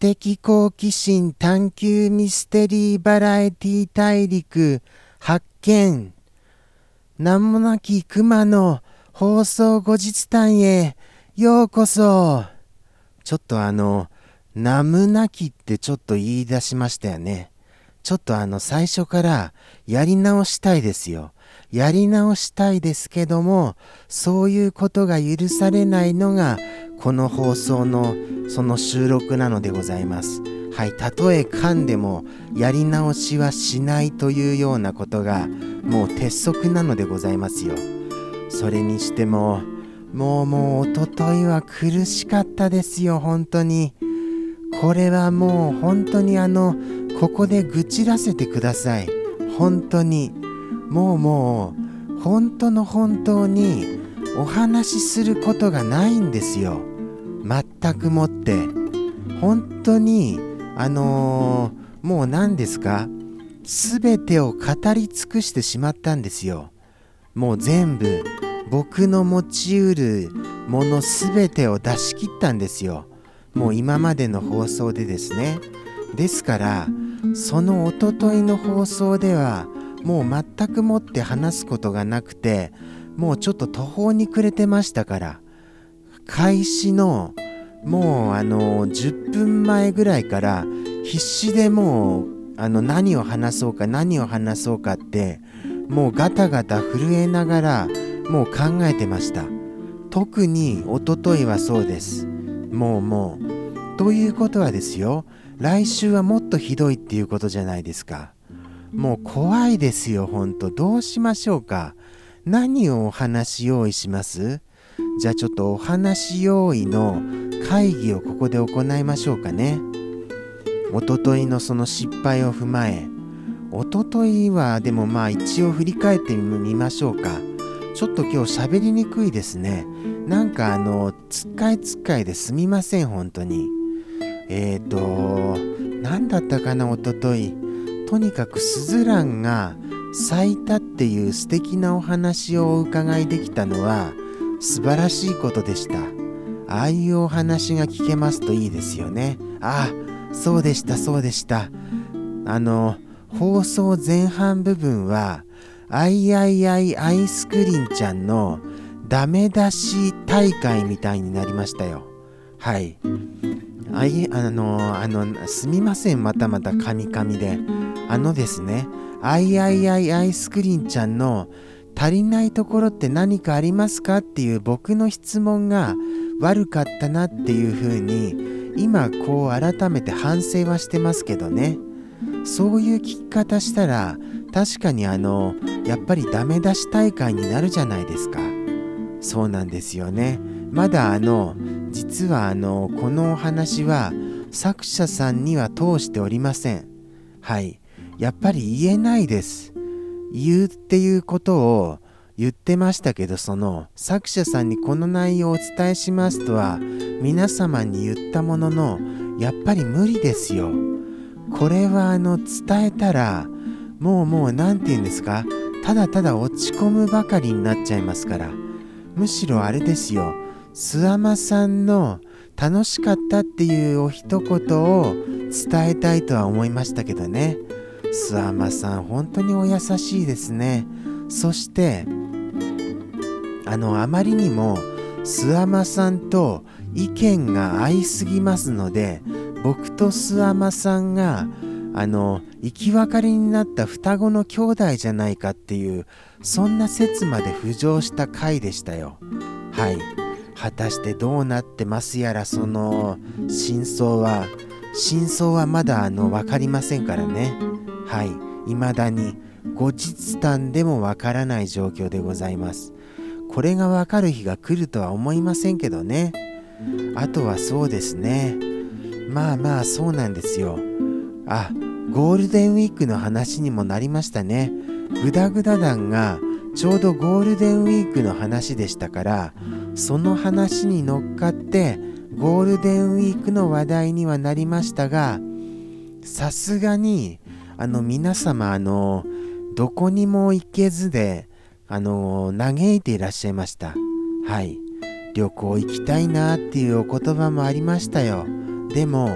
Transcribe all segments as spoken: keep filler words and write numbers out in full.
的好奇心探求ミステリーバラエティ大陸発見。名もなき熊の放送後日談へようこそ。ちょっとあの名もなきってちょっと言い出しましたよね。ちょっとあの最初からやり直したいですよ。やり直したいですけども、そういうことが許されないのがこの放送のその収録なのでございます。はい、たとえ噛んでもやり直しはしないというようなことがもう鉄則なのでございますよ。それにしてももうもうおとといは苦しかったですよ。本当にこれはもう本当にあのここで愚痴らせてください。本当にもうもう本当の本当にお話しすることがないんですよ。全くもって本当にあのー、もう何ですか、すべてを語り尽くしてしまったんですよ。もう全部僕の持ちうるものすべてを出し切ったんですよ。もう今までの放送でですね。ですからそのおとといの放送ではもう全くもって話すことがなくて、もうちょっと途方に暮れてましたから、開始のもうあのじゅっぷんまえぐらいから必死でもうあの何を話そうか何を話そうかってもうガタガタ震えながらもう考えてました。特におとといはそうです。もうもうということはですよ、来週はもっとひどいっていうことじゃないですか。もう怖いですよ。ほんとどうしましょうか。何をお話用意します？じゃあちょっとお話用意の会議をここで行いましょうかね。おとといのその失敗を踏まえ、おとといはでもまあ一応振り返ってみましょうか。ちょっと今日喋りにくいですね。なんかあのつっかいつっかいですみません本当に。えーと何だったかな、おととい。とにかくスズランが咲いたっていう素敵なお話をお伺いできたのは素晴らしいことでした。ああいうお話が聞けますといいですよね。ああ、そうでしたそうでした。あの放送前半部分はアイアイアイアイスクリンちゃんのダメ出し大会みたいになりましたよ。はい。あいあのあのすみません、またまたカミカミで。あのですね、アイアイアイアイスクリンちゃんの足りないところって何かありますかっていう僕の質問が悪かったなっていう風に今こう改めて反省はしてますけどね。そういう聞き方したら確かにあのやっぱりダメ出し大会になるじゃないですか。そうなんですよね。まだあの実はあのこのお話は作者さんには通しておりません。はい、やっぱり言えないです。言うっていうことを言ってましたけど、その作者さんにこの内容をお伝えしますとは皆様に言ったものの、やっぱり無理ですよ。これはあの伝えたらもうもうなんて言うんですか、ただただ落ち込むばかりになっちゃいますから。むしろあれですよ、すあまさんの楽しかったっていうお一言を伝えたいとは思いましたけどね。すあまさん本当にお優しいですね。そしてあのあまりにもすあまさんと意見が合いすぎますので、僕とすあまさんがあの生き別れになった双子の兄弟じゃないかっていうそんな説まで浮上した回でしたよ。はい、果たしてどうなってますやら、その真相は真相はまだあの分かりませんからね。はい、未だに後日談でも分からない状況でございます。これが分かる日が来るとは思いませんけどね。あとはそうですね、まあまあそうなんですよ。あ、ゴールデンウィークの話にもなりましたね。グダグダ団がちょうどゴールデンウィークの話でしたから、その話に乗っかってゴールデンウィークの話題にはなりましたが、さすがにあの皆様あのどこにも行けずであの嘆いていらっしゃいました。はい、旅行行きたいなっていうお言葉もありましたよ。でも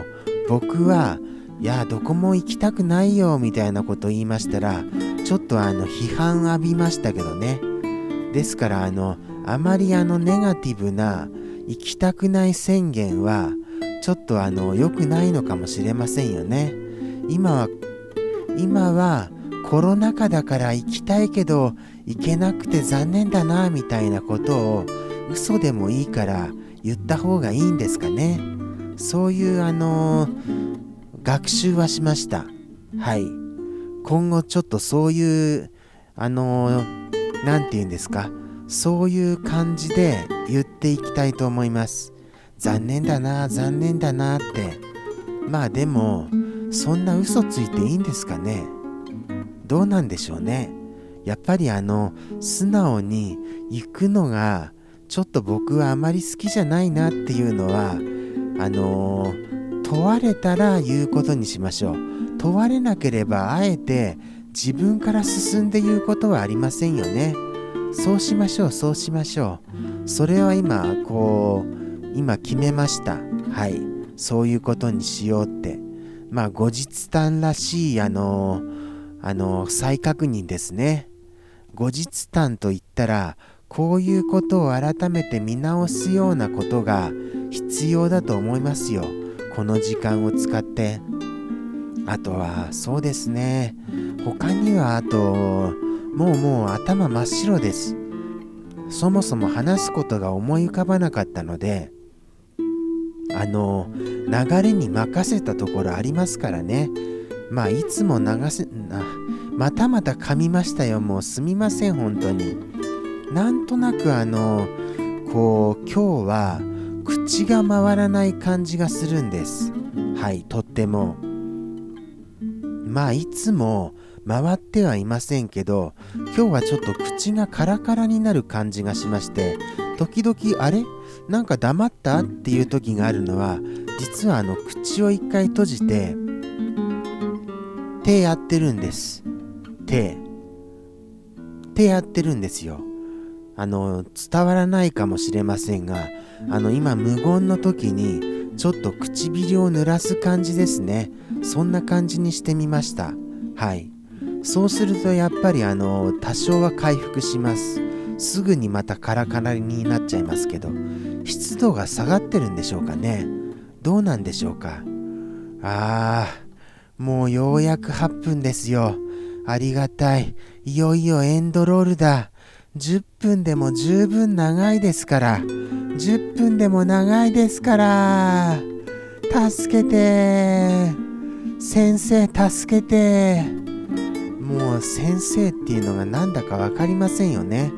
僕はいやどこも行きたくないよみたいなこと言いましたら、ちょっとあの批判浴びましたけどね。ですからあのあまりあのネガティブな行きたくない宣言はちょっとあの良くないのかもしれませんよね。今は今はコロナ禍だから行きたいけど行けなくて残念だなみたいなことを嘘でもいいから言った方がいいんですかね。そういうあのー、学習はしました。はい。今後ちょっとそういうあのー、なんて言うんですか、そういう感じで言っていきたいと思います。残念だな残念だなって。まあでもそんな嘘ついていいんですかね。どうなんでしょうね。やっぱりあの素直に行くのがちょっと僕はあまり好きじゃないなっていうのはあのー、問われたら言うことにしましょう。問われなければあえて自分から進んで言うことはありませんよね。そうしましょうそうしましょう。それは今こう今決めました。はい、そういうことにしようって。まあ後日談らしいあのー、あのー、再確認ですね。後日談といったらこういうことを改めて見直すようなことが必要だと思いますよ。この時間を使って。あとはそうですね、他にはあともうもう頭真っ白です。そもそも話すことが思い浮かばなかったので、あの流れに任せたところありますからね。まあいつも流せなまたまた噛みましたよ。もうすみません本当に。なんとなくあのこう今日は口が回らない感じがするんです。はい、とっても。まあいつも回ってはいませんけど、今日はちょっと口がカラカラになる感じがしまして、時々あれなんか黙ったっていう時があるのは、実はあの口を一回閉じて手やってるんです。手手やってるんですよ。あの伝わらないかもしれませんが、あの今無言の時にちょっと唇を濡らす感じですね。そんな感じにしてみました。はい、そうするとやっぱりあの多少は回復します。すぐにまたカラカラになっちゃいますけど、湿度が下がってるんでしょうかね。どうなんでしょうか。あーもうようやくはっぷんですよ。ありがたい。いよいよエンドロールだ。じゅっぷんでも十分長いですから。じゅっぷんでも長いですから。助けて先生助けて。もう先生っていうのがなんだかわかりませんよね。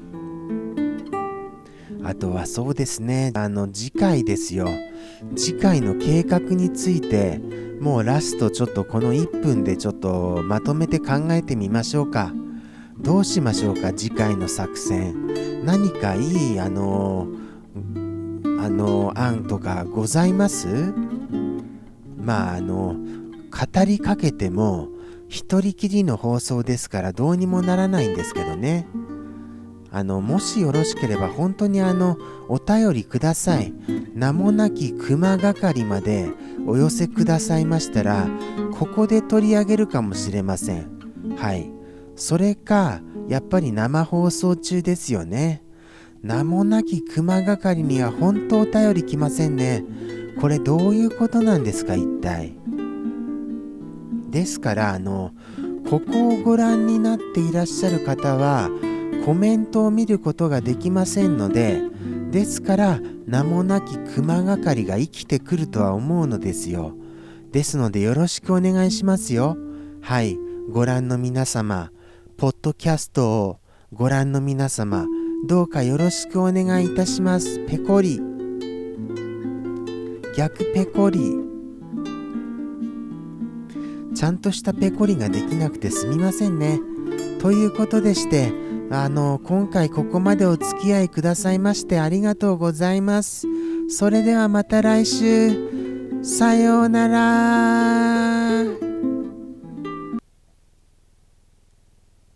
あとはそうですね、あの次回ですよ。次回の計画についてもうラストちょっとこのいっぷんでちょっとまとめて考えてみましょうか。どうしましょうか次回の作戦。何かいいあのあの案とかございます？まああの語りかけても一人きりの放送ですからどうにもならないんですけどね。あのもしよろしければ本当にあのお便りください。名もなき熊係までお寄せくださいましたらここで取り上げるかもしれません。はい、それかやっぱり生放送中ですよね。名もなき熊係には本当お便り来ませんね。これどういうことなんですか一体。ですからあのここをご覧になっていらっしゃる方はコメントを見ることができませんので、ですから名もなき熊係が生きてくるとは思うのですよ。ですのでよろしくお願いしますよ。はい、ご覧の皆様、ポッドキャストをご覧の皆様、どうかよろしくお願いいたします。ペコリ逆ペコリ、ちゃんとしたペコリができなくてすみませんね。ということでして、あの今回ここまでお付き合いくださいましてありがとうございます。それではまた来週、さようなら。